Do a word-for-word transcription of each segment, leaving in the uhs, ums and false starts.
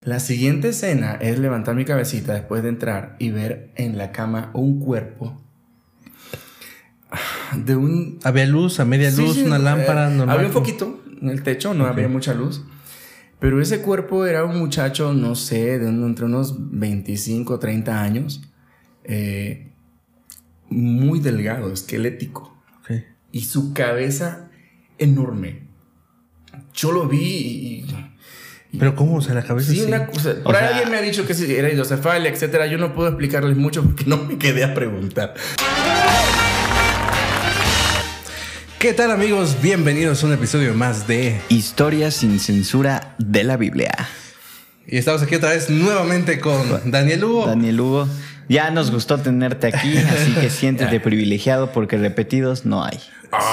La siguiente escena es levantar mi cabecita después de entrar y ver en la cama un cuerpo de un... Había luz, a media luz, sí, sí, una lámpara eh, normal. Había un foquito en el techo, no okay. había mucha luz. Pero ese cuerpo era un muchacho, no sé, de un, entre unos veinticinco, treinta años. Eh, muy delgado, esquelético. Okay. Y su cabeza enorme. Yo lo vi y... ¿Pero cómo? O sea, la cabeza sí, sí. Una cosa, por ahí alguien me ha dicho que sí, era hidrocefalia, etcétera. Yo no puedo explicarles mucho porque no me quedé a preguntar. ¿Qué tal, amigos? Bienvenidos a un episodio más de Historias sin censura de la Biblia. Y estamos aquí otra vez nuevamente con Daniel Hugo. Daniel Hugo. Ya nos gustó tenerte aquí, así que siéntete privilegiado porque repetidos no hay.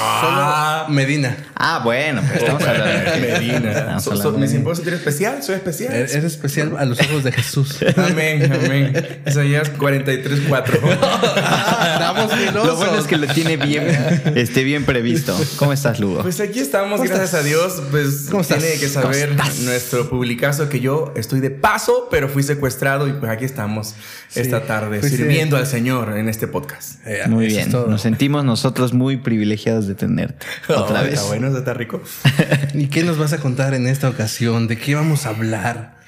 Ah, solo Medina. Ah, bueno, pues estamos hablando de Medina. Estamos so, so, ¿Me puedo sentir especial? Soy especial. Eres especial a los ojos de Jesús. Amén, amén. Isaías cuarenta y tres, cuatro. Estamos filosos. Lo bueno es que lo tiene bien, esté bien previsto. ¿Cómo estás, Lugo? Pues aquí estamos, gracias a Dios. Pues ¿Cómo estás? Tiene que saber nuestro publicazo que yo estoy de paso, pero fui secuestrado y pues aquí estamos sí, esta tarde pues sirviendo sí. al Señor en este podcast. Eh, muy bien. Nos sentimos nosotros muy privilegiados de tenerte otra oh, vez. Está bueno, está rico. ¿Y qué nos vas a contar en esta ocasión? ¿De qué vamos a hablar?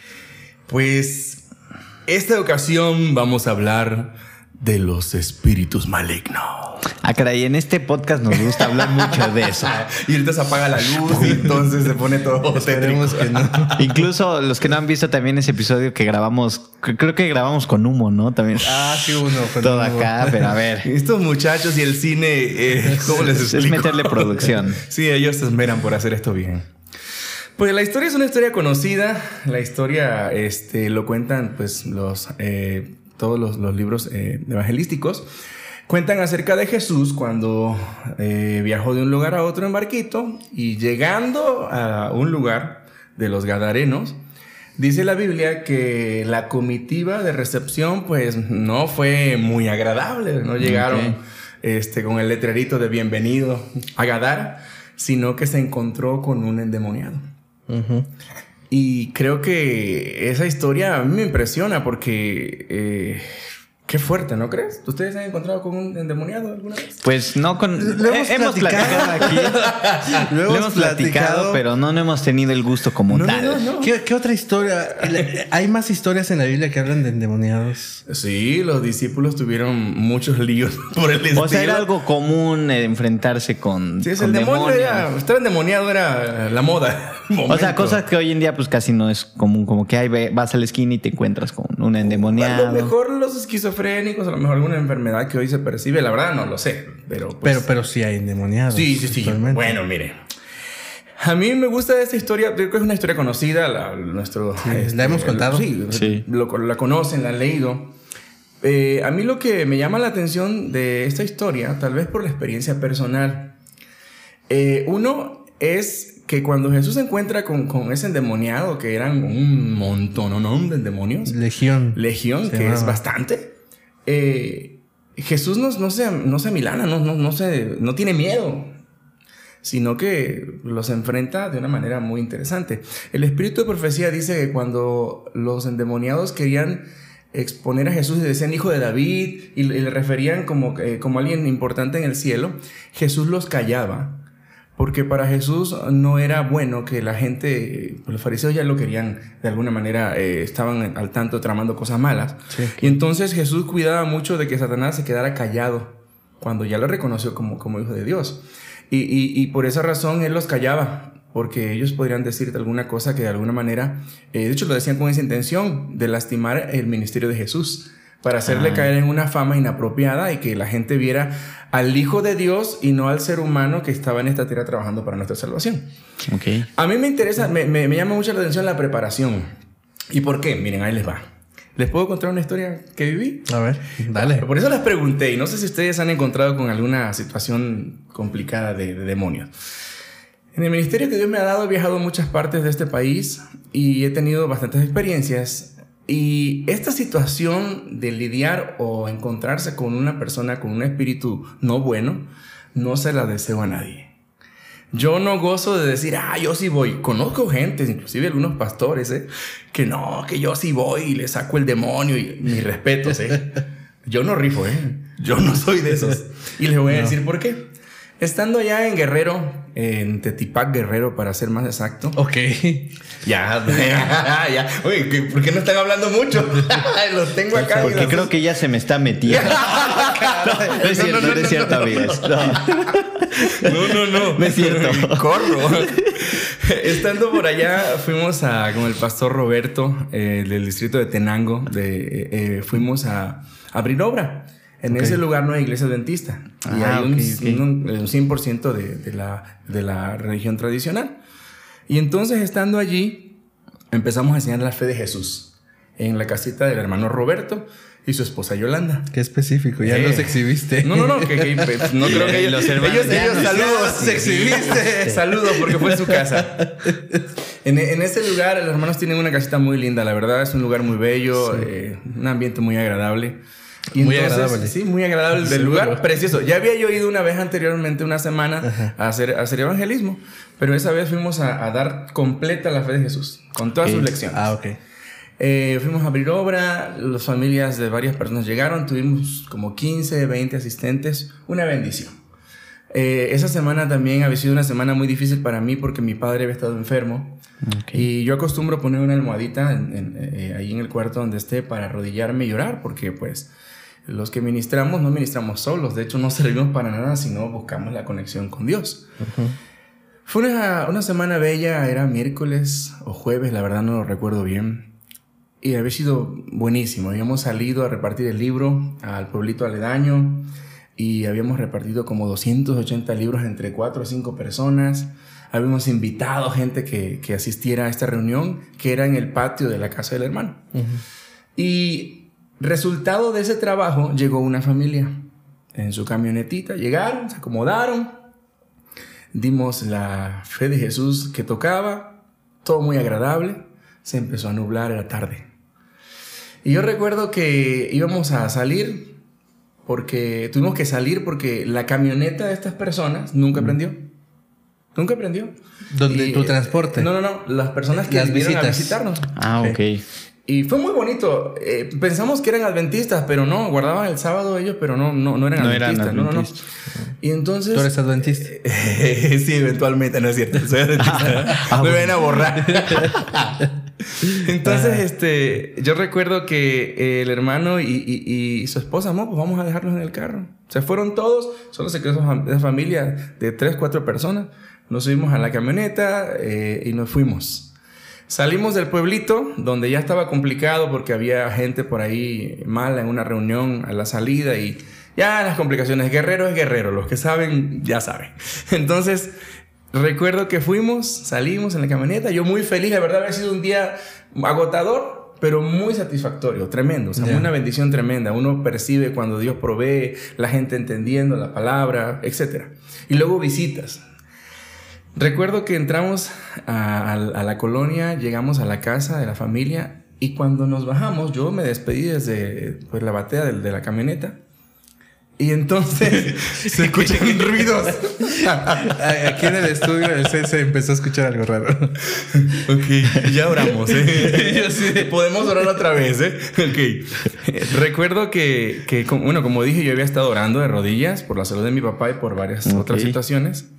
Pues esta ocasión vamos a hablar de los espíritus malignos. Ah, caray, en este podcast nos gusta hablar mucho de eso. Y ahorita se apaga la luz y entonces se pone todo tétrico. Que no. Incluso los que no han visto también ese episodio que grabamos, creo que grabamos con humo, ¿no? También. Ah, sí, uno. Todo humo. Acá, pero a ver. Estos muchachos y el cine, eh, ¿cómo les explico? Es meterle producción. Sí, ellos se esmeran por hacer esto bien. Pues la historia es una historia conocida. La historia este, lo cuentan pues los... Eh, todos los, los libros eh, evangelísticos cuentan acerca de Jesús cuando eh, viajó de un lugar a otro en barquito y llegando a un lugar de los Gadarenos, dice la Biblia que la comitiva de recepción pues no fue muy agradable, no llegaron okay. este, con el letrerito de bienvenido a Gadara, sino que se encontró con un endemoniado. Uh-huh. Y creo que esa historia a mí me impresiona porque... Eh, qué fuerte, ¿no crees? ¿Ustedes se han encontrado con un endemoniado alguna vez? Pues no con... Lo hemos, eh, hemos platicado aquí. Lo, Lo hemos, hemos platicado, platicado, pero no, no hemos tenido el gusto como no, tal. No, no, no. ¿Qué, ¿Qué otra historia? ¿Hay más historias en la Biblia que hablan de endemoniados? Sí, los discípulos tuvieron muchos líos por el estilo. O sea, era algo común enfrentarse con Sí, es con el demonio. demonios. Era, estar endemoniado era la moda. O sea, cosas que hoy en día pues casi no es común. Como que hay, vas a la esquina y te encuentras con un endemoniado. A lo mejor los esquizofrénicos, a lo mejor alguna enfermedad que hoy se percibe, la verdad no lo sé, pero pues... pero pero sí hay endemoniados. Sí, sí, sí. Bueno, mire, a mí me gusta esta historia, creo que es una historia conocida, la, nuestro sí, este, la hemos contado. Sí, sí. Lo, la conocen, la han leído. Eh, a mí lo que me llama la atención de esta historia, tal vez por la experiencia personal, eh, uno es que cuando Jesús se encuentra con, con ese endemoniado, que eran un montón ¿no? de demonios, legión, legión, que es bastante. Eh, Jesús no, no, se, no se amilana, no, no, no, se, no tiene miedo, sino que los enfrenta de una manera muy interesante. El espíritu de profecía dice que cuando los endemoniados querían exponer a Jesús y decían hijo de David y, y le referían como, eh, como alguien importante en el cielo, Jesús los callaba. Porque para Jesús no era bueno que la gente, los fariseos ya lo querían, de alguna manera eh, estaban al tanto tramando cosas malas. Sí. Y entonces Jesús cuidaba mucho de que Satanás se quedara callado cuando ya lo reconoció como, como hijo de Dios. Y, y, y por esa razón Él los callaba, porque ellos podrían decirte alguna cosa que de alguna manera, eh, de hecho lo decían con esa intención de lastimar el ministerio de Jesús, para hacerle ah. caer en una fama inapropiada y que la gente viera al Hijo de Dios y no al ser humano que estaba en esta tierra trabajando para nuestra salvación. Okay. A mí me interesa, me, me, me llama mucho la atención la preparación. ¿Y por qué? Miren, ahí les va. ¿Les puedo contar una historia que viví? A ver, dale. Por eso les pregunté, y no sé si ustedes han encontrado con alguna situación complicada de, de demonios. En el ministerio que Dios me ha dado, he viajado a muchas partes de este país y he tenido bastantes experiencias. Y esta situación de lidiar o encontrarse con una persona con un espíritu no bueno, no se la deseo a nadie. Yo no gozo de decir, ah, yo sí voy. Conozco gente, inclusive algunos pastores, ¿eh? Que no, que yo sí voy y le saco el demonio y mis respetos, ¿eh? Yo no rifo, ¿eh? Yo no soy de esos. Y les voy a no. decir por qué. Estando allá en Guerrero, en Tetipac, Guerrero, para ser más exacto. Ok. Ya, ya, ya. Oye, ¿por qué no están hablando mucho? Los tengo acá. Porque creo que ya se me está metiendo. No, no es cierto, no, no, no, no es cierto, no, amigos. No. no, no, no. No es cierto. Corro. Estando por allá, fuimos a, con el pastor Roberto, eh, del distrito de Tenango, de, eh, eh, fuimos a, a abrir obra. En okay. ese lugar no hay iglesia adventista. Ah, y hay un, okay, okay. un, un cien por ciento de, de, la, de la religión tradicional. Y entonces, estando allí, empezamos a enseñar la fe de Jesús en la casita del hermano Roberto y su esposa Yolanda. Qué específico, ya eh. los exhibiste. No, no, no, que, que, no creo que ellos, los hermanos, ellos, ellos no, saludos, los exhibiste. Saludos, porque fue en su casa. En, en ese lugar, los hermanos tienen una casita muy linda, la verdad, es un lugar muy bello, sí. eh, un ambiente muy agradable. Y muy entonces, agradable. Sí, muy agradable. Del lugar bueno. Precioso. Ya había yo ido una vez anteriormente, una semana, a hacer, a hacer evangelismo. Pero esa vez fuimos a, a dar completa la fe de Jesús. Con todas okay. sus lecciones. Ah, ok. Eh, fuimos a abrir obra. Las familias de varias personas llegaron. Tuvimos como quince, veinte asistentes. Una bendición. Eh, esa semana también había sido una semana muy difícil para mí porque mi padre había estado enfermo. Okay. Y yo acostumbro poner una almohadita en, en, eh, ahí en el cuarto donde esté para arrodillarme y llorar porque pues... Los que ministramos no ministramos solos. De hecho, no servimos para nada si no buscamos la conexión con Dios. Uh-huh. Fue una, una semana bella. Era miércoles o jueves. La verdad no lo recuerdo bien. Y había sido buenísimo. Habíamos salido a repartir el libro al pueblito aledaño. Y habíamos repartido como doscientos ochenta libros entre cuatro o cinco personas. Habíamos invitado gente que, que asistiera a esta reunión, que era en el patio de la casa del hermano. Uh-huh. Y... Resultado de ese trabajo, llegó una familia en su camionetita. Llegaron, se acomodaron. Dimos la fe de Jesús que tocaba. Todo muy agradable. Se empezó a nublar, era tarde. Y yo recuerdo que íbamos a salir porque... Tuvimos que salir porque la camioneta de estas personas nunca prendió. Nunca prendió. ¿Dónde tu transporte? No, no, no. Las personas que las vinieron visitas. a visitarnos. Ah, ok. okay. Y fue muy bonito. Eh, pensamos que eran adventistas, pero no. Guardaban el sábado ellos, pero no, no, no eran no adventistas. Eran adventistas. No, no, no. Y entonces... ¿Tú eres adventista? Eh, sí, eventualmente, no es cierto. Soy adventista. ah, Me ven a borrar. Entonces, ah. este, yo recuerdo que el hermano y, y, y su esposa, no, pues vamos a dejarlos en el carro. Se fueron todos. Solo se quedó esa familia de tres, cuatro personas. Nos subimos a la camioneta eh, y nos fuimos. Salimos del pueblito, donde ya estaba complicado porque había gente por ahí mala en una reunión a la salida y ya las complicaciones. Guerrero es guerrero, los que saben, ya saben. Entonces, recuerdo que fuimos, salimos en la camioneta, yo muy feliz, la verdad había sido un día agotador, pero muy satisfactorio, tremendo, o sea, yeah. una bendición tremenda. Uno percibe cuando Dios provee, la gente entendiendo la palabra, etcétera. Y luego visitas. Recuerdo que entramos a, a, a la colonia, llegamos a la casa de la familia y cuando nos bajamos yo me despedí desde pues, la batea de, de la camioneta y entonces se escuchan ruidos. Aquí en el estudio se, se empezó a escuchar algo raro. Ok, ya oramos, ¿eh? Yo sí. Podemos orar otra vez, ¿eh? Ok. Recuerdo que, que, bueno, como dije, yo había estado orando de rodillas por la salud de mi papá y por varias okay. otras situaciones.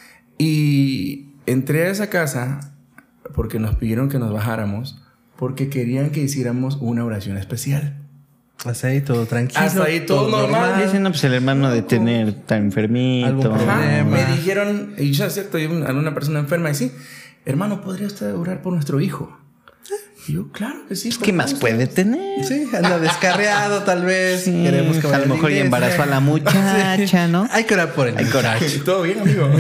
Y entré a esa casa porque nos pidieron que nos bajáramos porque querían que hiciéramos una oración especial. Hasta ahí todo tranquilo. Hasta ahí todo, todo normal. normal. Dicen, no, pues el hermano de tener tan enfermito. Ajá, me dijeron, y yo es cierto, yo una persona enferma y sí, hermano, ¿podría usted orar por nuestro hijo? Y yo, claro que sí. ¿Qué más puede tener? Sí, anda descarriado tal vez. Sí, queremos que a lo mejor ya embarazó a la muchacha, sí. ¿no? Hay que orar por él. Hay que orar. ¿Todo bien, amigo?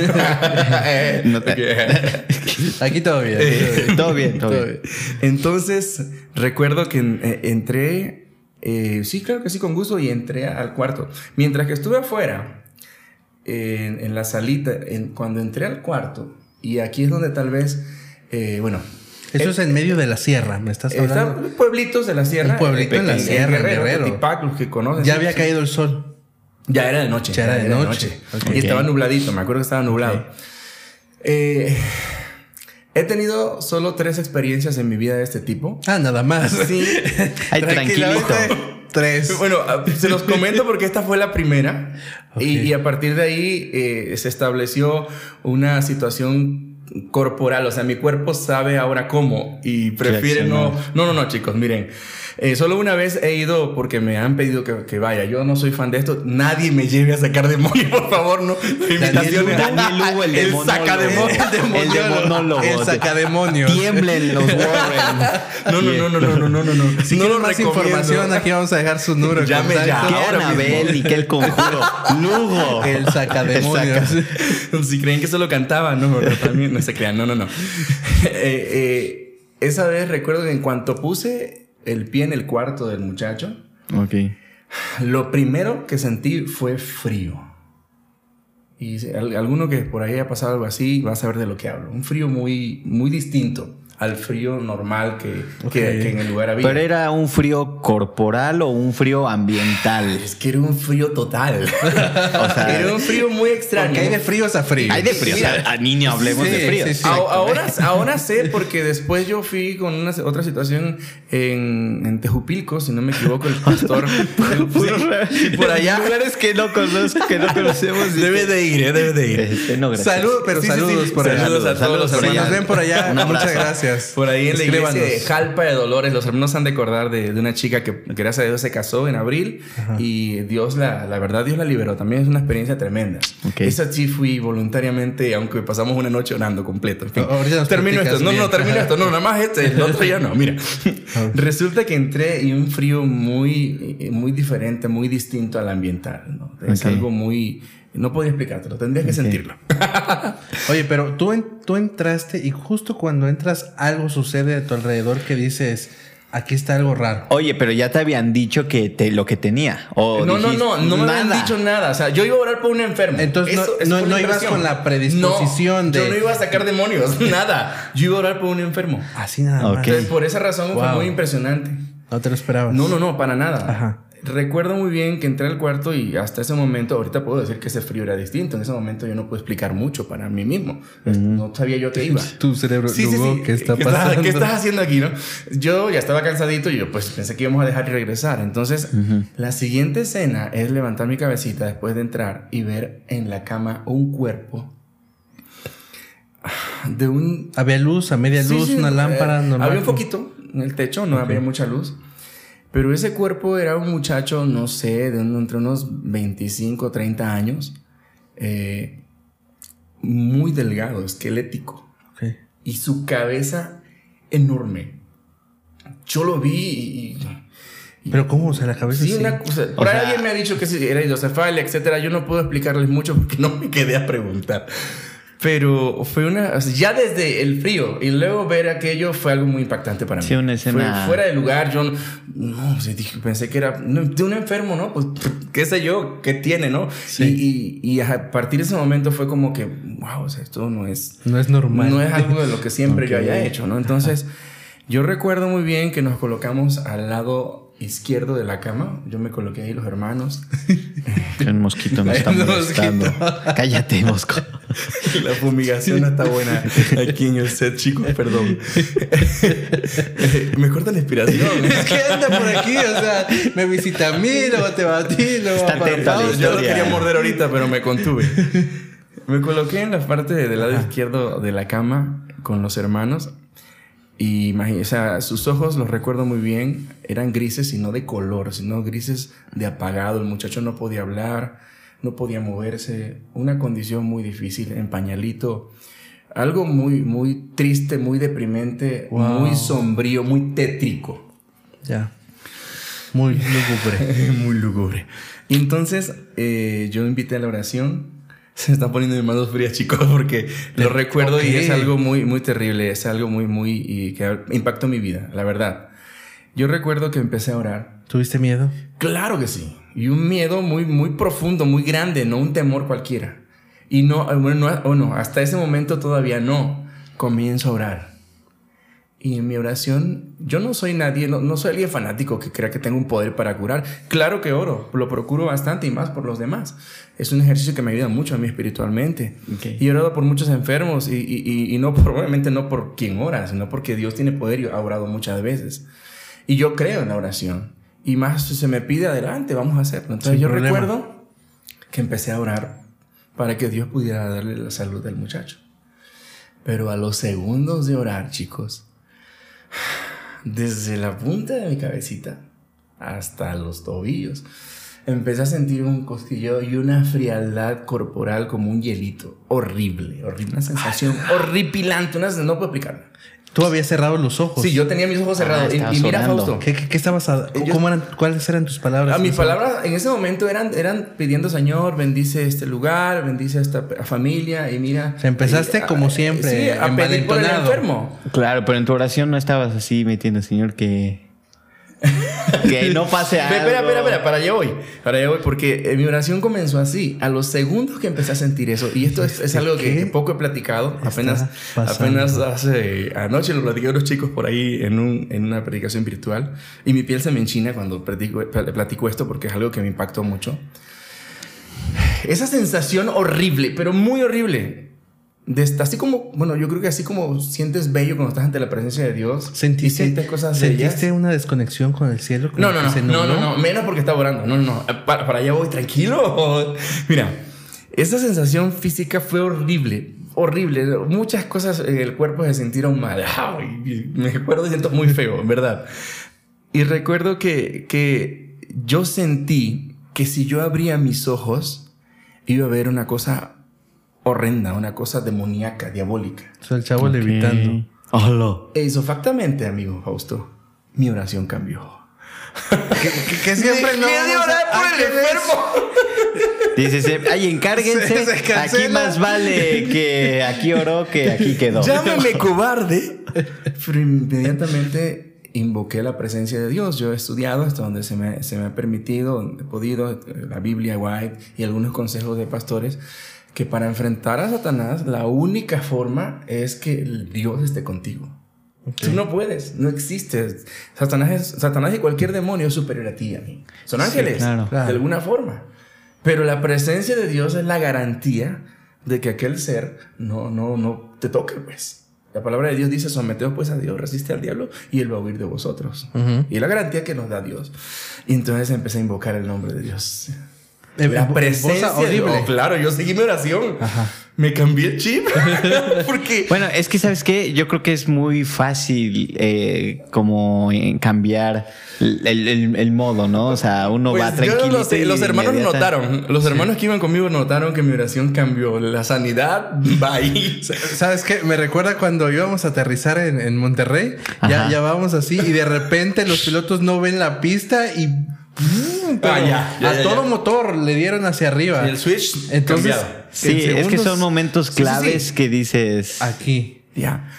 no te... Aquí todo bien. Todo bien, todo, todo bien. bien. Entonces, recuerdo que eh, entré... Eh, sí, claro que sí, con gusto. Y entré al cuarto. Mientras que estuve afuera, eh, en, en la salita, en, cuando entré al cuarto, y aquí es donde tal vez... Eh, bueno... Eso es en medio de la sierra, ¿me estás hablando? Están pueblitos de la sierra. Un pueblito en, en la sierra, en Guerrero. Guerrero. Tetipac, los que conocen. Ya había caído el sol. Ya era de noche. Ya era de noche. noche. Okay. Y estaba nubladito, me acuerdo que estaba nublado. Okay. Eh, he tenido solo tres experiencias en mi vida de este tipo. Ah, nada más. Sí. Ay, tranquilito. Tres. Bueno, se los comento porque esta fue la primera. Okay. Y, y a partir de ahí eh, se estableció una situación corporal. O sea, mi cuerpo sabe ahora cómo y prefiere no... No, no, no, chicos, miren. Eh, solo una vez he ido porque me han pedido que, que vaya. Yo no soy fan de esto. Nadie me lleve a sacar demonios, por favor. No. Daniel, Daniel Lugo, el, el sacademonio. El demonólogo. El sacademonios. Tiemblen los Warren. No, no, no, no, no, no, no, no, no. Si no quieren más información, aquí vamos a dejar su número. Llame ya. Que Anabel y que el conjuro. Lugo. El sacademonios. El saca... Si creen que solo cantaba, no, no, también no se crean. No, no, no. eh, eh, esa vez recuerdo que en cuanto puse el pie en el cuarto del muchacho, okay, lo primero que sentí fue frío. Y si alguno que por ahí haya pasado algo así va a saber de lo que hablo. Un frío muy, muy distinto al frío normal que, okay, que, que en el lugar había. ¿Pero era un frío corporal o un frío ambiental? Es que era un frío total. O sea, era un frío muy extraño. Porque hay de fríos a fríos. Hay de fríos. Mira, a, a niño hablemos sí, de fríos. Sí, sí, a, ahora, ahora sé porque después yo fui con una otra situación en, en Tejupilco, si no me equivoco, el pastor. Sí, por allá. Lugares que no conozco, que no conocemos. Debe de ir, ¿eh? Debe de ir. Este, no, saludos, pero sí, saludos sí, sí, por allá. Saludos a todos los hermanos. Si nos ven por allá, muchas gracias. Por ahí en la iglesia de Jalpa de Dolores, los hermanos han de acordar de, de una chica que, que gracias a Dios se casó en abril. Ajá. Y Dios la, la verdad Dios la liberó. También es una experiencia tremenda. Okay. Esa sí fui voluntariamente, aunque pasamos una noche orando completo. En fin, termino esto. No, no, termino esto. No, nada más este. El otro ya no. Mira, okay, resulta que entré y un frío muy, muy diferente, muy distinto al ambiental, ¿no? Es okay, algo muy... No podía explicártelo, tendrías que okay, sentirlo. Oye, pero tú, en, tú entraste y justo cuando entras algo sucede a tu alrededor que dices, aquí está algo raro. Oye, pero ya te habían dicho que te, lo que tenía. O no, dijiste, no, no, no me nada. habían dicho nada. O sea, yo iba a orar por un enfermo. Entonces eso, no, no, no ibas con la predisposición no, de... Yo no iba a sacar demonios, nada. Yo iba a orar por un enfermo. Así nada okay, más. Entonces, por esa razón wow, fue muy impresionante. No te lo esperabas. No, no, no, para nada. Ajá. Recuerdo muy bien que entré al cuarto y hasta ese momento, ahorita puedo decir que ese frío era distinto. En ese momento yo no puedo explicar mucho para mí mismo. Mm. No sabía yo qué iba. Tu cerebro, sí, Lugo, sí, sí. ¿qué está ¿Qué pasando? Estás, ¿Qué estás haciendo aquí, no? Yo ya estaba cansadito y yo pues pensé que íbamos a dejar y regresar. Entonces, uh-huh, la siguiente escena es levantar mi cabecita después de entrar y ver en la cama un cuerpo de un... Había luz, a media luz, sí, sí, una lámpara eh, normal. Había un poquito en el techo, no okay, había mucha luz. Pero ese cuerpo era un muchacho, no sé, de un, entre unos veinticinco, treinta años. Eh, muy delgado, esquelético. Okay. Y su cabeza enorme. Yo lo vi y... y ¿pero cómo? O sea, la cabeza sí, sí. Una, o sea, por ahí alguien me ha dicho que era hidrocefalia, etcétera. Yo no puedo explicarles mucho porque no me quedé a preguntar. Pero fue una... O sea, ya desde el frío y luego ver aquello fue algo muy impactante para mí. Sí, una escena... Fue fuera de lugar. Yo no... no o sea, dije, pensé que era de un enfermo, ¿no? Pues, qué sé yo, qué tiene, ¿no? Sí. Y, y, y a partir de ese momento fue como que... Wow, o sea, esto no es... No es normal. No es algo de lo que siempre okay, yo haya hecho, ¿no? Entonces, yo recuerdo muy bien que nos colocamos al lado izquierdo de la cama. Yo me coloqué ahí, los hermanos. El mosquito me está molestando. Cállate, mosco. La fumigación no está buena aquí en el set, chicos, perdón. Me corta la inspiración. Es que anda por aquí, o sea, me visita a mí, luego te va a ti, luego va para Pablo. Yo lo quería morder ahorita, pero me contuve. Me coloqué en la parte del lado Ajá. izquierdo de la cama con los hermanos. Y o sea, sus ojos, los recuerdo muy bien, eran grises y no de color, sino grises de apagado. El muchacho no podía hablar, no podía moverse, una condición muy difícil, en pañalito. Algo muy, muy triste, muy deprimente, wow, muy sombrío, muy tétrico. Ya. Muy lúgubre. Muy lúgubre. Y entonces eh, yo invité a la oración. Se están poniendo mis manos frías, chicos, porque lo recuerdo okay, y es algo muy, muy terrible. Es algo muy, muy... y que impactó mi vida, la verdad. Yo recuerdo que empecé a orar. ¿Tuviste miedo? Claro que sí. Y un miedo muy, muy profundo, muy grande, no un temor cualquiera. Y no, bueno, no, oh no, hasta ese momento todavía no. Comienzo a orar. Y en mi oración, yo no soy nadie, no, no soy alguien fanático que crea que tengo un poder para curar. Claro que oro, lo procuro bastante y más por los demás. Es un ejercicio que me ayuda mucho a mí espiritualmente. Okay. Y he orado por muchos enfermos y, y, y no por, obviamente no por quien ora, sino porque Dios tiene poder y ha orado muchas veces. Y yo creo en la oración. Y más si se me pide adelante, vamos a hacerlo. Entonces Sin yo problema. recuerdo que empecé a orar para que Dios pudiera darle la salud al muchacho. Pero a los segundos de orar, chicos, desde la punta de mi cabecita hasta los tobillos, empecé a sentir un cosquilleo y una frialdad corporal como un hielito. Horrible, horrible. Una sensación horripilante. Una sensación, no puedo explicarla. Tú habías cerrado los ojos. Sí, yo tenía mis ojos cerrados. Ah, y, y mira, Fausto. ¿Qué, qué, qué estabas a, yo, ¿Cómo eran, ¿Cuáles eran tus palabras? A mis palabras en ese momento eran, eran pidiendo, Señor, bendice este lugar, bendice a esta familia. Y mira. O sea, empezaste y, como a, siempre. Sí, a pedir por el enfermo. Claro, pero en tu oración no estabas así metiendo, Señor, que. que no pase algo. Espera, espera, espera, para allá voy. Para allá voy, porque mi oración comenzó así. A los segundos que empecé a sentir eso, y esto es, es algo que, que poco he platicado, apenas, apenas hace anoche lo platiqué a unos chicos por ahí en, un, en una predicación virtual, y mi piel se me enchina cuando platico, platico esto porque es algo que me impactó mucho. Esa sensación horrible, pero muy horrible. De esta, así como, bueno, yo creo que así como sientes bello cuando estás ante la presencia de Dios. ¿Sentiste, y sientes cosas ¿Sentiste bellas? una desconexión con el cielo? No, no, no, no, no, no, menos porque estaba orando. No, no, no, para, para allá voy, tranquilo. Mira, esa sensación física fue horrible, horrible. Muchas cosas en el cuerpo se sintieron mal. Ay, me acuerdo y siento muy feo, en verdad. Y recuerdo que, que yo sentí que si yo abría mis ojos, iba a ver una cosa horrenda, una cosa demoníaca, diabólica. O sea, el chavo okay. levitando. Hola. E isofactamente, amigo Fausto, mi oración cambió. que, que, que siempre no vamos de orar a... por el enfermo. Dice, ay, encárguense. Se, se aquí más vale que aquí oró que aquí quedó. Llámame cobarde. Pero inmediatamente invoqué la presencia de Dios. Yo he estudiado hasta donde se me, se me ha permitido, he podido, la Biblia White y algunos consejos de pastores, que para enfrentar a Satanás la única forma es que Dios esté contigo. Okay. Tú no puedes, no existes. Satanás, es, Satanás y cualquier demonio es superior a ti, a mí. Son ángeles, sí, claro, claro. de alguna forma. Pero la presencia de Dios es la garantía de que aquel ser no, no, no te toque, pues. La palabra de Dios dice, someteos pues a Dios, resiste al diablo y él va a huir de vosotros. Uh-huh. Y es la garantía que nos da Dios. Y entonces empecé a invocar el nombre de Dios. La presencia horrible. Oh, claro, yo seguí mi oración. Ajá. Me cambié el chip. Porque... Bueno, es que, ¿sabes qué? Yo creo que es muy fácil eh, como cambiar el, el, el modo, ¿no? O sea, uno pues va tranquilo. Los, los hermanos notaron. Los hermanos sí. que iban conmigo notaron que mi oración cambió. La sanidad va ahí. ¿Sabes qué? Me recuerda cuando íbamos a aterrizar en, en Monterrey. Ya, ya vamos así y de repente los pilotos no ven la pista y... Pero ah, ya, ya, a ya, todo ya. motor le dieron hacia arriba. Y el switch entonces sí, segundos, es que son momentos claves sí, sí, sí. que dices aquí. Ya.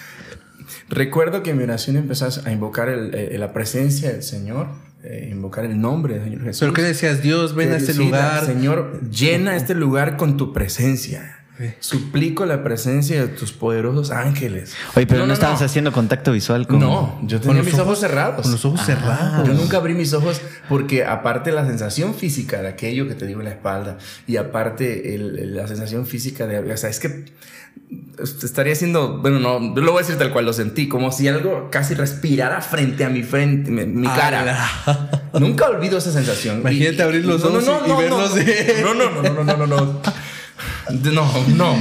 Recuerdo que mi oración empezó a invocar el, el, la presencia del Señor, eh, invocar el nombre del Señor Jesús. ¿Pero qué decías? Dios, ven a este decía, lugar. Señor, llena este lugar con tu presencia. Suplico la presencia de tus poderosos ángeles. Oye, pero no, no, no estabas no. haciendo contacto visual con... No, yo tenía mis ojos, ojos cerrados. Con los ojos ah, cerrados. Yo nunca abrí mis ojos porque aparte la sensación física de aquello que te digo en la espalda y aparte el, el, la sensación física de... O sea, es que estaría haciendo... Bueno, no, yo lo voy a decir tal cual lo sentí. Como si algo casi respirara frente a mi frente, mi, mi cara. Ah, nunca olvido esa sensación. Imagínate y, abrir los ojos no, no, no, y, y no, verlos no, de... No, no, no, no, no, no, no. No, no.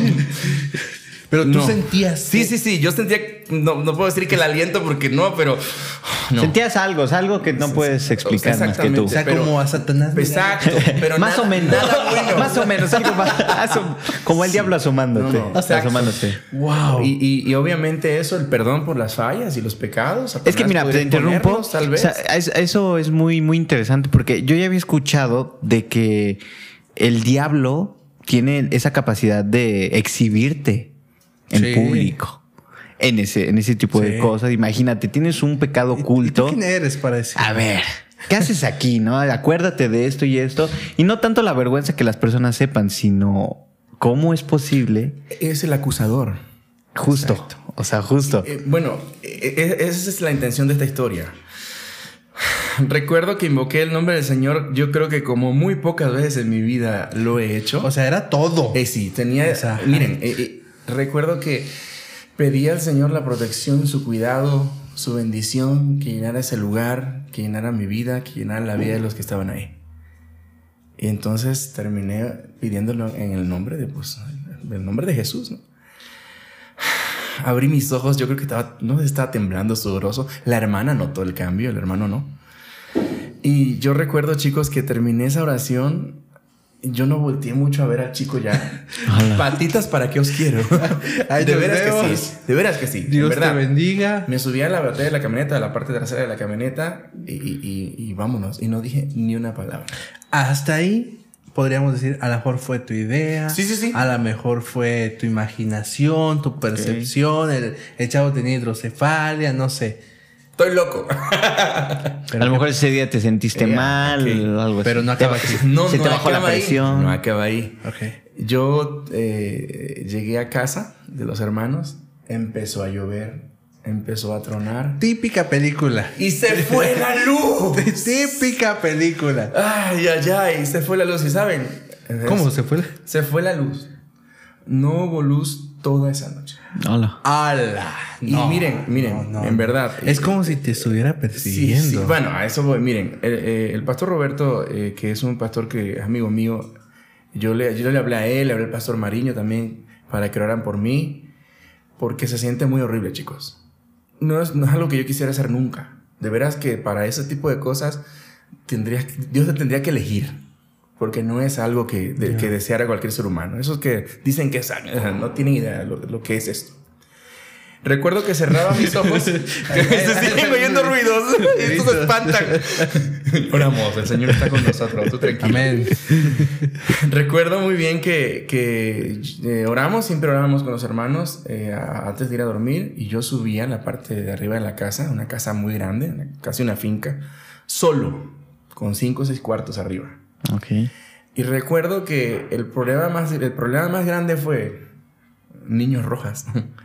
Pero tú no. sentías. Sí, sí, sí. Yo sentía. No, no puedo decir que el aliento porque no, pero. No. Sentías algo, es algo que no puedes explicar más que tú. O sea, pero, como a Satanás. Exacto. Pero más nada, o menos. Nada bueno. Más o menos. Algo más, como el sí. diablo asomándote. No, no. Asomándote. Wow. Y, y, y obviamente eso, el perdón por las fallas y los pecados. Es que mira, te interrumpo. Tal vez. O sea, eso es muy, muy interesante porque yo ya había escuchado de que el diablo tiene esa capacidad de exhibirte en sí. público en ese, en ese tipo sí. de cosas. Imagínate, tienes un pecado oculto. ¿Y tú quién eres para decir? A ver, ¿qué haces aquí, no? Acuérdate de esto y esto. Y no tanto la vergüenza que las personas sepan, sino cómo es posible. Es el acusador. Justo. Exacto. O sea, justo. Eh, bueno, eh, esa es la intención de esta historia. Recuerdo que invoqué el nombre del Señor, yo creo que como muy pocas veces en mi vida lo he hecho. O sea, era todo. Eh, sí, tenía... O sea, miren, eh, eh, recuerdo que pedí al Señor la protección, su cuidado, su bendición, que llenara ese lugar, que llenara mi vida, que llenara la vida de los que estaban ahí. Y entonces terminé pidiéndolo en el nombre de, pues, el nombre de Jesús, ¿no? Abrí mis ojos, yo creo que estaba, no estaba temblando, sudoroso. La hermana notó el cambio, el hermano no. Y yo recuerdo, chicos, que terminé esa oración. Yo no volteé mucho a ver al chico ya. Patitas, ¿para qué os quiero? Ay, de veras veo. que sí. De veras que sí. Dios te bendiga. Me subí a la batalla de la camioneta, a la parte trasera de la camioneta y, y, y, y vámonos. Y no dije ni una palabra. Hasta ahí podríamos decir, a lo mejor fue tu idea. Sí, sí, sí. A lo mejor fue tu imaginación, tu percepción. Okay. El, el chavo tenía hidrocefalia, no sé. Estoy loco. Pero a lo mejor ese día te sentiste yeah, mal, okay. algo así. Pero no acaba ahí. No, Se no te bajó la presión. Ahí. No acaba ahí. Okay. Yo eh, llegué a casa de los hermanos, empezó a llover, empezó a tronar. Típica película. Y se fue la luz. Típica película. Ay, ay, ay, se fue la luz. ¿Y saben? ¿Cómo se fue? Se fue la luz. No hubo luz toda esa noche. ¡Hala! ¡Hala! Y no, miren, miren, no, no, en verdad. Es como si te estuviera persiguiendo. Sí, sí. Bueno, a eso voy. Miren, el, eh, el pastor Roberto, eh, que es un pastor que es amigo mío, yo le, yo le hablé a él, le hablé al pastor Mariño también, para que oraran por mí, porque se siente muy horrible, chicos. No es, no es algo que yo quisiera hacer nunca. De veras que para ese tipo de cosas, tendrías, Dios te tendría que elegir. Porque no es algo que, de, que deseara cualquier ser humano. Esos que dicen que es, no tienen idea de lo, lo que es esto. Recuerdo que cerraba mis ojos. Que se siguen oyendo ruidos. Y estos se espantan. Oramos, el Señor está con nosotros. Tú tranquilo. Amén. Recuerdo muy bien que, que eh, oramos, siempre orábamos con los hermanos eh, antes de ir a dormir. Y yo subía a la parte de arriba de la casa, una casa muy grande, casi una finca, solo, con cinco o seis cuartos arriba. Okay. Y recuerdo que el problema más, el problema más grande fue niños rojas.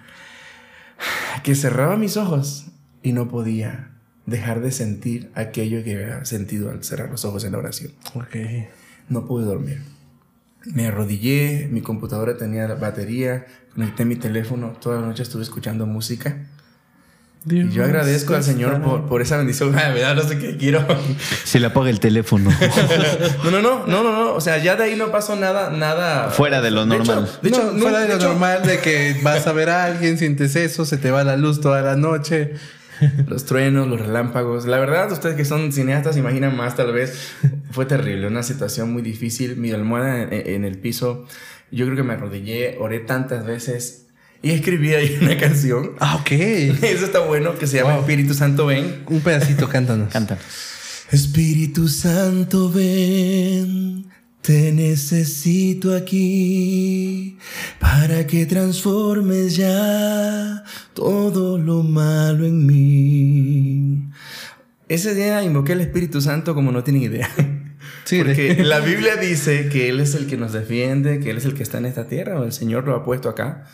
Que cerraba mis ojos y no podía dejar de sentir aquello que había sentido al cerrar los ojos en la oración. Okay. No pude dormir. Me arrodillé, mi computadora tenía la batería, conecté mi teléfono, toda la noche estuve escuchando música. Dios, y yo agradezco al Señor por, por esa bendición. Ay, verdad, no sé qué quiero. Se le apaga el teléfono. no, no, no, no, no, no. O sea, ya de ahí no pasó nada, nada. Fuera de lo normal. De hecho, de hecho no, fuera de, de lo hecho, normal de que vas a ver a alguien, sientes eso, se te va la luz toda la noche. Los truenos, los relámpagos. La verdad, ustedes que son cineastas imaginan más, tal vez. Fue terrible, una situación muy difícil. Mi almohada en, en el piso. Yo creo que me arrodillé, oré tantas veces. Y escribí ahí una canción. Ah, ok. Eso está bueno, que se llama wow. Espíritu Santo, ven. Un pedacito, cántanos. Cántanos. Espíritu Santo, ven. Te necesito aquí para que transformes ya todo lo malo en mí. Ese día invoqué al Espíritu Santo como no tienen idea. Sí, porque la Biblia dice que Él es el que nos defiende, que Él es el que está en esta tierra, o el Señor lo ha puesto acá.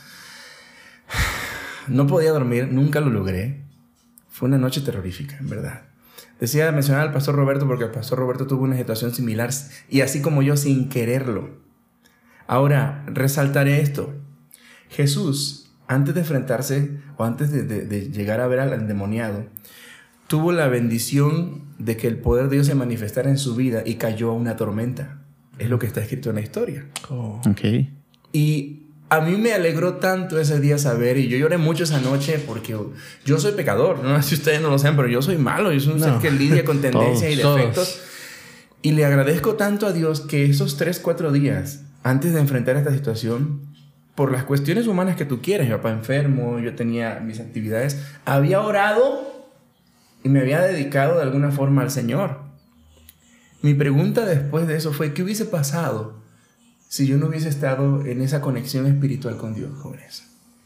No podía dormir, nunca lo logré. Fue una noche terrorífica, en verdad. Decía, mencionar al pastor Roberto porque el pastor Roberto tuvo una situación similar y así como yo sin quererlo. Ahora, resaltaré esto. Jesús, antes de enfrentarse o antes de, de, de llegar a ver al endemoniado, tuvo la bendición de que el poder de Dios se manifestara en su vida y cayó a una tormenta. Es lo que está escrito en la historia. Oh. Okay. Y a mí me alegró tanto ese día saber, y yo lloré mucho esa noche porque yo soy pecador, no sé si ustedes no lo saben, pero yo soy malo, yo soy un no. ser que lidia con tendencias y defectos. Todos. Y le agradezco tanto a Dios que esos tres, cuatro días antes de enfrentar esta situación, por las cuestiones humanas que tú quieras, mi papá enfermo, yo tenía mis actividades, había orado y me había dedicado de alguna forma al Señor. Mi pregunta después de eso fue, ¿qué hubiese pasado si yo no hubiese estado en esa conexión espiritual con Dios, jóvenes?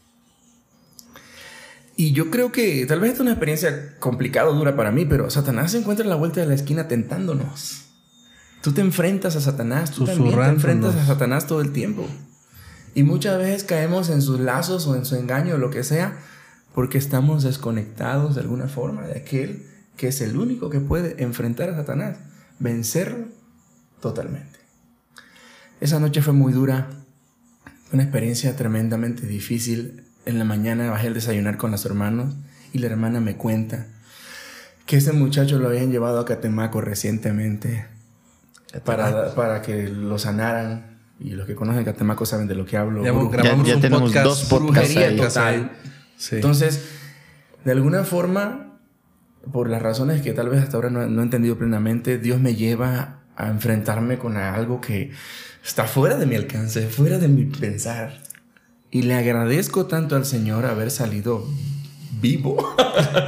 Y yo creo que tal vez es una experiencia complicada, dura para mí, pero Satanás se encuentra en la vuelta de la esquina tentándonos. Tú te enfrentas a Satanás, tú también te enfrentas a Satanás todo el tiempo. Y muchas veces caemos en sus lazos o en su engaño o lo que sea, porque estamos desconectados de alguna forma de aquel que es el único que puede enfrentar a Satanás, vencerlo totalmente. Esa noche fue muy dura, una experiencia tremendamente difícil. En la mañana bajé al desayunar con los hermanos y la hermana me cuenta que ese muchacho lo habían llevado a Catemaco recientemente para, para que lo sanaran. Y los que conocen Catemaco saben de lo que hablo. Ya, grabamos ya, ya tenemos podcast, dos podcasts ahí. Total. Sí. Entonces, de alguna forma, por las razones que tal vez hasta ahora no, no he entendido plenamente, Dios me lleva a enfrentarme con algo que está fuera de mi alcance, fuera de mi pensar. Y le agradezco tanto al Señor haber salido vivo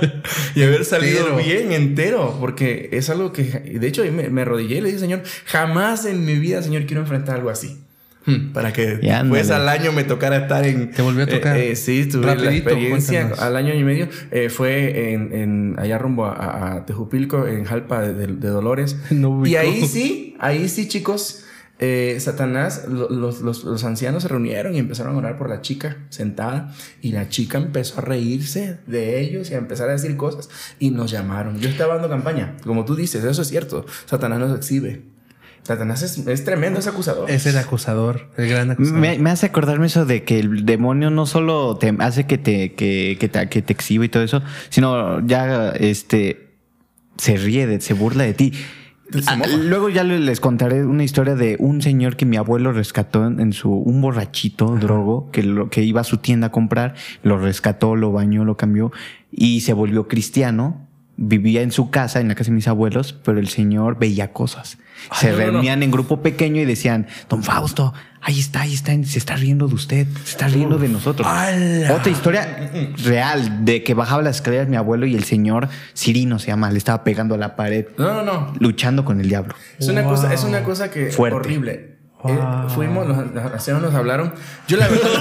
y haber salido entero. bien entero, porque es algo que, de hecho, me, me arrodillé y le dije, Señor, jamás en mi vida, Señor, quiero enfrentar algo así. Para que después al año me tocara estar en... ¿Te volvió a tocar? Eh, eh, sí, tuve Rapidito, la experiencia. Cuéntanos. Al año y medio eh, fue en, en allá rumbo a, a Tejupilco, en Jalpa de, de, de Dolores. No y ahí sí, ahí sí, chicos, eh, Satanás, los, los, los ancianos se reunieron y empezaron a orar por la chica sentada. Y la chica empezó a reírse de ellos y a empezar a decir cosas. Y nos llamaron. Yo estaba dando campaña. Como tú dices, eso es cierto. Satanás nos exhibe. Satanás es, es tremendo, es acusador. Es el acusador, el gran acusador. Me, me hace acordarme eso de que el demonio no solo te hace que te, que, que te, que te exhiba y todo eso, sino ya este se ríe, de, se burla de ti. Ah, luego ya les contaré una historia de un señor que mi abuelo rescató en, en su... Un borrachito, Ajá. drogo, que, lo, que iba a su tienda a comprar, lo rescató, lo bañó, lo cambió y se volvió cristiano. Vivía en su casa, en la casa de mis abuelos, pero el señor veía cosas. Ay, se no, reunían no. en grupo pequeño y decían, Don Fausto, ahí está, ahí está, se está riendo de usted, se está riendo Uf, de nosotros. ¡Hala! Otra historia real de que bajaba las escaleras mi abuelo y el señor Cirino se llama, le estaba pegando a la pared. No, no, no. Luchando con el diablo. Es una wow. cosa, es una cosa que Fuerte. horrible. Wow. Eh, fuimos, los ancianos nos hablaron. Yo la verdad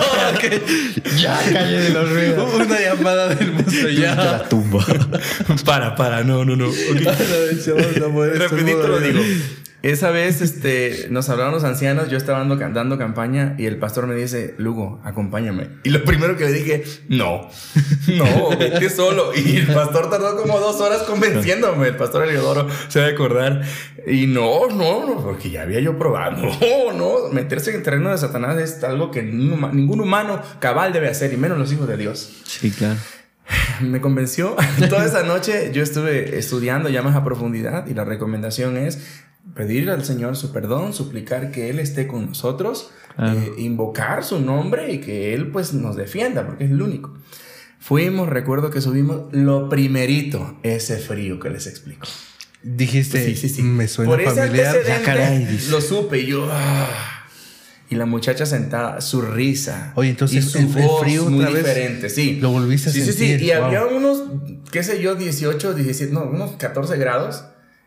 ya callé de los ruidos. Una llamada del mundo ya. La tumba. para, para, no, no, no. Okay. Rapidito lo digo. Esa vez este, nos hablaron los ancianos, yo estaba dando, dando campaña y el pastor me dice, Lugo, acompáñame. Y lo primero que le dije, no, no, vete solo. Y el pastor tardó como dos horas convenciéndome, el pastor Eliodoro se va a acordar. Y no, no, no, porque ya había yo probado. No, no, meterse en el terreno de Satanás es algo que ningún humano cabal debe hacer, y menos los hijos de Dios. Sí, claro. Me convenció. Toda esa noche yo estuve estudiando ya más a profundidad y la recomendación es pedir al Señor su perdón, suplicar que Él esté con nosotros, ah. eh, invocar su nombre y que Él pues nos defienda, porque es el único. Fuimos, recuerdo que subimos lo primerito, ese frío que les explico. Dijiste, sí, sí, sí. Me suena Por familiar. Ese ya, caray, lo supe y yo... Ah. Y la muchacha sentada, su risa. Oye, entonces y su el, voz el frío muy otra diferente, vez sí. Lo volviste a sí, sentir. Sí, sí, y wow. había unos, qué sé yo, dieciocho, diecisiete, no, unos catorce grados.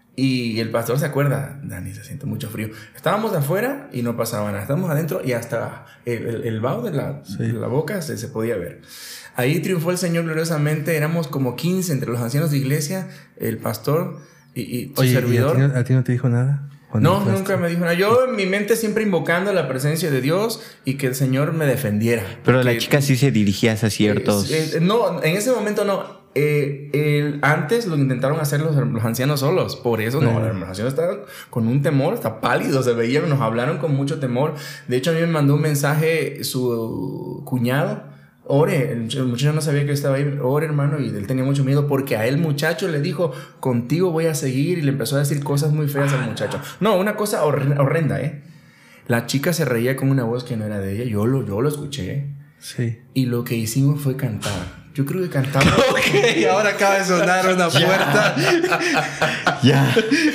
Y el pastor se acuerda, Dani, se siente mucho frío. Estábamos de afuera y no pasaba nada. Estábamos adentro y hasta el, el, el vaho de la, sí. de la boca se, se podía ver. Ahí triunfó el Señor gloriosamente. Éramos como quince entre los ancianos de iglesia, el pastor y, y su Oye, servidor. ¿y a, ti, a ti no te dijo nada? No, nunca me dijo nada. Yo en mi mente siempre invocando la presencia de Dios y que el Señor me defendiera. Pero porque, la chica sí se dirigía hacia ciertos... Eh, eh, no, en ese momento no. Eh, el, antes lo intentaron hacer los, los ancianos solos. Por eso no, no. Los ancianos estaban con un temor, hasta pálidos, se veían, nos hablaron con mucho temor. De hecho, a mí me mandó un mensaje su cuñado. Ore, el muchacho no sabía que yo estaba ahí. Ore, hermano, y él tenía mucho miedo porque a él, muchacho, le dijo, contigo voy a seguir, y le empezó a decir cosas muy feas al muchacho. No, una cosa horrenda, ¿eh? La chica se reía con una voz que no era de ella. Yo lo, yo lo escuché. Sí. Y lo que hicimos fue cantar. Yo creo que cantamos. Ok, ahora acaba de sonar una puerta. Ya.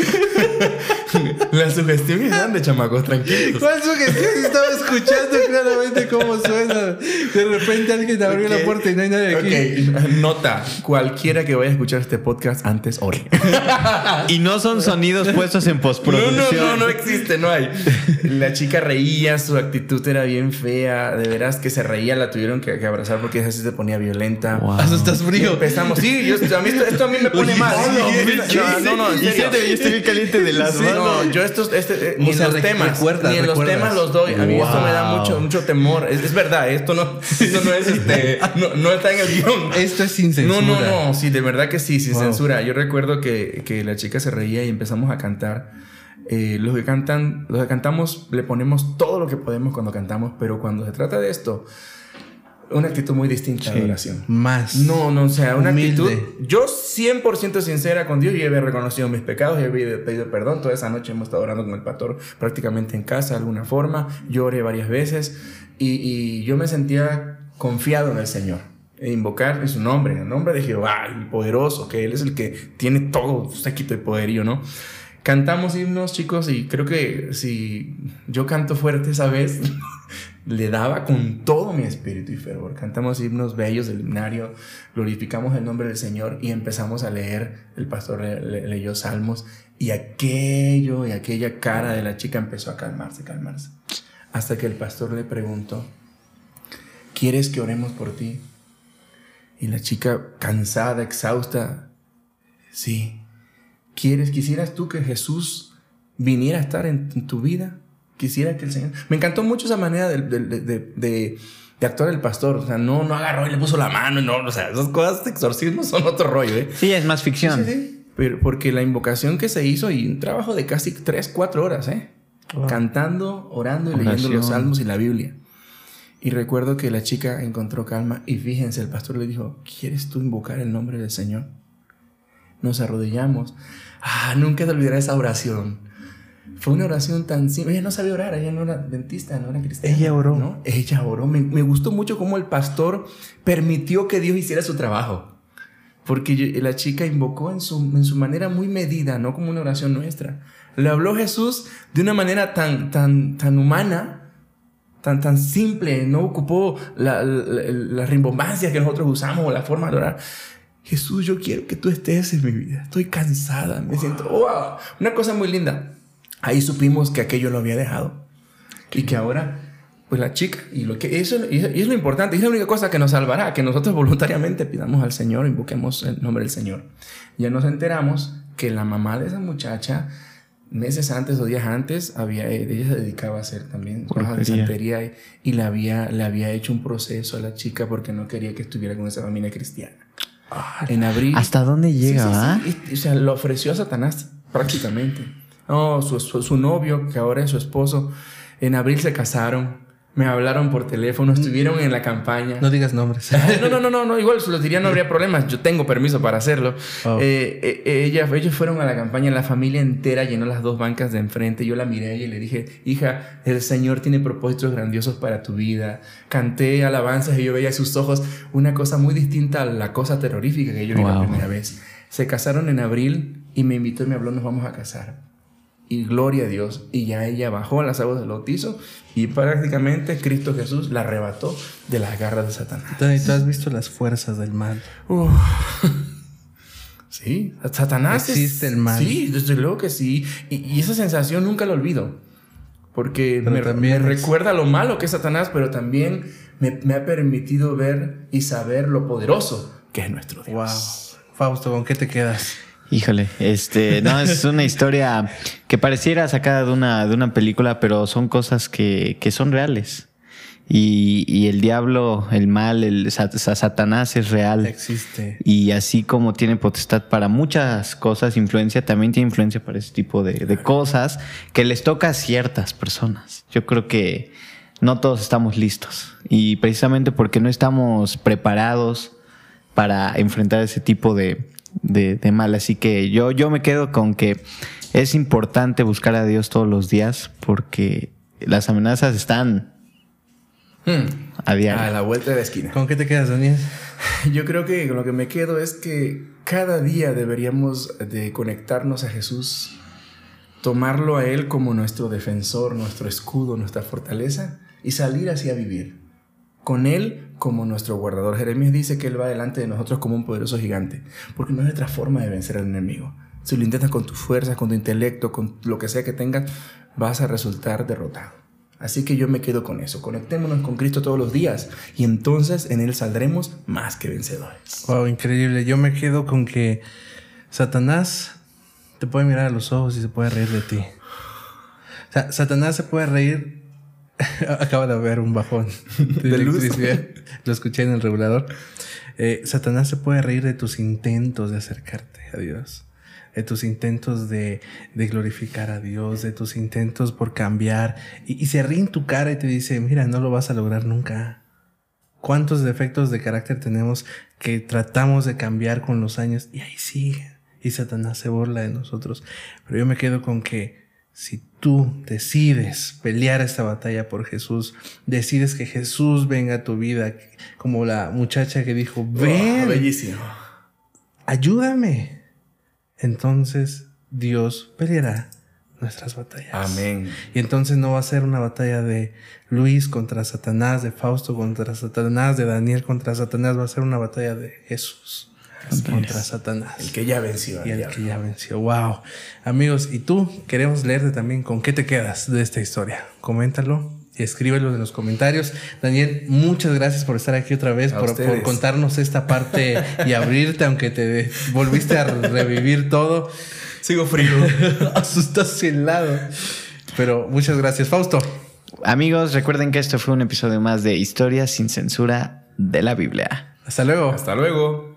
La sugestión es grande, chamacos, tranquilos. ¿Cuál sugestión? Estaba escuchando claramente cómo suena. De repente alguien te abrió okay. la puerta y no hay nadie aquí. Ok, nota. Cualquiera que vaya a escuchar este podcast antes, ore. Y no son sonidos puestos en postproducción. No, no, no, no existe, no hay. La chica reía, su actitud era bien fea. De veras que se reía, la tuvieron que, que abrazar porque así se ponía violenta. Wow. ¿Eso estás frío? Empezamos. Sí, yo, a mí esto, esto a mí me pone mal. No, no, no, no, en serio. Yo estoy bien caliente de las sí, manos. no, yo estos, este, eh, ni en los temas, ni en los temas los doy. A mí wow. esto me da mucho, mucho temor. Es, es verdad, esto no, esto no es, este, no, no está en el guión. Esto es sin censura. No, no, no, sí, de verdad que sí, sin wow. censura. Yo recuerdo que, que la chica se reía y empezamos a cantar. Eh, los que cantan, los que cantamos, le ponemos todo lo que podemos cuando cantamos, pero cuando se trata de esto, una actitud muy distinta sí, de oración. Más. No, no, o sea, una humilde. actitud. Yo cien por ciento sincera con Dios. Yo había reconocido mis pecados y había pedido perdón. Toda esa noche hemos estado orando con el pastor prácticamente en casa de alguna forma. Yo oré varias veces y, y yo me sentía confiado en el Señor. E invocar en su nombre, en el nombre de Jehová, el poderoso, que Él es el que tiene todo séquito y poderío, ¿no? Cantamos himnos, chicos, y creo que si yo canto fuerte esa vez, le daba con todo mi espíritu y fervor. Cantamos himnos bellos del himnario, glorificamos el nombre del Señor y empezamos a leer. El pastor le, le, leyó salmos y aquello y aquella cara de la chica empezó a calmarse, calmarse. Hasta que el pastor le preguntó, ¿quieres que oremos por ti? Y la chica, cansada, exhausta, sí. ¿Quieres, quisieras tú que Jesús viniera a estar en, en tu vida? Quisiera que el Señor... Me encantó mucho esa manera de, de, de, de, de actuar el pastor. O sea, no, no agarró y le puso la mano. No, o sea, esas cosas de exorcismo son otro rollo, ¿eh? Sí, es más ficción. Sí, sí, sí. Pero porque la invocación que se hizo y un trabajo de casi tres, cuatro horas, ¿eh? Wow. Cantando, orando y Oración. leyendo los salmos y la Biblia. Y recuerdo que la chica encontró calma y fíjense, el pastor le dijo, ¿quieres tú invocar el nombre del Señor? Nos arrodillamos. Ah, nunca te olvidaré esa oración. Fue una oración tan simple. Ella no sabía orar, ella no era dentista, no era cristiana. Ella oró. ¿No? Ella oró. Me, me gustó mucho cómo el pastor permitió que Dios hiciera su trabajo. Porque yo, la chica invocó en su, en su manera muy medida, no como una oración nuestra. Le habló Jesús de una manera tan, tan, tan humana, tan, tan simple. No ocupó la, la, la, las rimbombancias que nosotros usamos o la forma de orar. Jesús, yo quiero que tú estés en mi vida. Estoy cansada, me siento... ¡Wow! Una cosa muy linda. Ahí supimos que aquello lo había dejado. Y que ahora, pues la chica... Y, lo que, eso, y es lo importante. Es la única cosa que nos salvará. Que nosotros voluntariamente pidamos al Señor, invoquemos el nombre del Señor. Ya nos enteramos que la mamá de esa muchacha, meses antes o días antes, había, ella se dedicaba a hacer también cosas de santería. Y, y le, había, le había hecho un proceso a la chica porque no quería que estuviera con esa familia cristiana. En abril. ¿Hasta dónde llega? Sí, sí, sí. O sea, lo ofreció a Satanás prácticamente. No, su, su, su novio, que ahora es su esposo, en abril se casaron. Me hablaron por teléfono, estuvieron en la campaña. No digas nombres. No, no, no, no, no, igual se los diría, no habría problemas. Yo tengo permiso para hacerlo. Oh. Eh, eh, ella, ellos fueron a la campaña, la familia entera llenó las dos bancas de enfrente. Yo la miré a ella y le dije, hija, el Señor tiene propósitos grandiosos para tu vida. Canté alabanzas y yo veía sus ojos una cosa muy distinta a la cosa terrorífica que yo vi wow. la primera vez. Se casaron en abril y me invitó y me habló, nos vamos a casar. Y gloria a Dios. Y ya ella bajó a las aguas del bautizo y prácticamente Cristo Jesús la arrebató de las garras de Satanás. Entonces, ¿tú has visto las fuerzas del mal? Uh. Sí, Satanás existe es, el mal. Sí, desde luego que sí. Y, y esa sensación nunca la olvido. Porque me, me recuerda lo malo que es Satanás, pero también me, me ha permitido ver y saber lo poderoso que es nuestro Dios. Wow. Fausto, ¿con qué te quedas? Híjole, este, no, es una historia que pareciera sacada de una, de una película, pero son cosas que, que son reales. Y, y el diablo, el mal, el Satanás es real. Existe. Y así como tiene potestad para muchas cosas, influencia, también tiene influencia para ese tipo de, de cosas que les toca a ciertas personas. Yo creo que no todos estamos listos. Y precisamente porque no estamos preparados para enfrentar ese tipo de... De, de mal, así que yo, yo me quedo con que es importante buscar a Dios todos los días porque las amenazas están hmm. a diario. A la vuelta de la esquina. ¿Con qué te quedas, Daniel? Yo creo que con lo que me quedo es que cada día deberíamos de conectarnos a Jesús, tomarlo a Él como nuestro defensor, nuestro escudo, nuestra fortaleza y salir así a vivir. Con Él como nuestro guardador. Jeremías dice que Él va delante de nosotros como un poderoso gigante, porque no hay otra forma de vencer al enemigo. Si lo intentas con tus fuerzas, con tu intelecto, con lo que sea que tengas, vas a resultar derrotado. Así que yo me quedo con eso. Conectémonos con Cristo todos los días y entonces en Él saldremos más que vencedores. Wow, increíble. Yo me quedo con que Satanás te puede mirar a los ojos y se puede reír de ti. sea, Satanás se puede reír. Acaba de haber un bajón de, de electricidad. Lo escuché en el regulador. Eh, Satanás se puede reír de tus intentos de acercarte a Dios, de tus intentos de, de glorificar a Dios, de tus intentos por cambiar. Y, y se ríe en tu cara y te dice, mira, no lo vas a lograr nunca. ¿Cuántos defectos de carácter tenemos que tratamos de cambiar con los años? Y ahí sigue. Y Satanás se burla de nosotros. Pero yo me quedo con que si tú decides pelear esta batalla por Jesús, decides que Jesús venga a tu vida, como la muchacha que dijo, ven, oh, bellísimo, ayúdame. Entonces Dios peleará nuestras batallas. Amén. Y entonces no va a ser una batalla de Luis contra Satanás, de Fausto contra Satanás, de Daniel contra Satanás, va a ser una batalla de Jesús contra Satanás. El que ya venció. Y el diablo. que ya venció. Wow. Amigos, y tú, queremos leerte también con qué te quedas de esta historia. Coméntalo y escríbelo en los comentarios. Daniel, muchas gracias por estar aquí otra vez, por, por contarnos esta parte y abrirte, aunque te volviste a revivir todo. Sigo frío. Asustaste helado. Pero muchas gracias, Fausto. Amigos, recuerden que esto fue un episodio más de Historias sin Censura de la Biblia. Hasta luego. Hasta luego.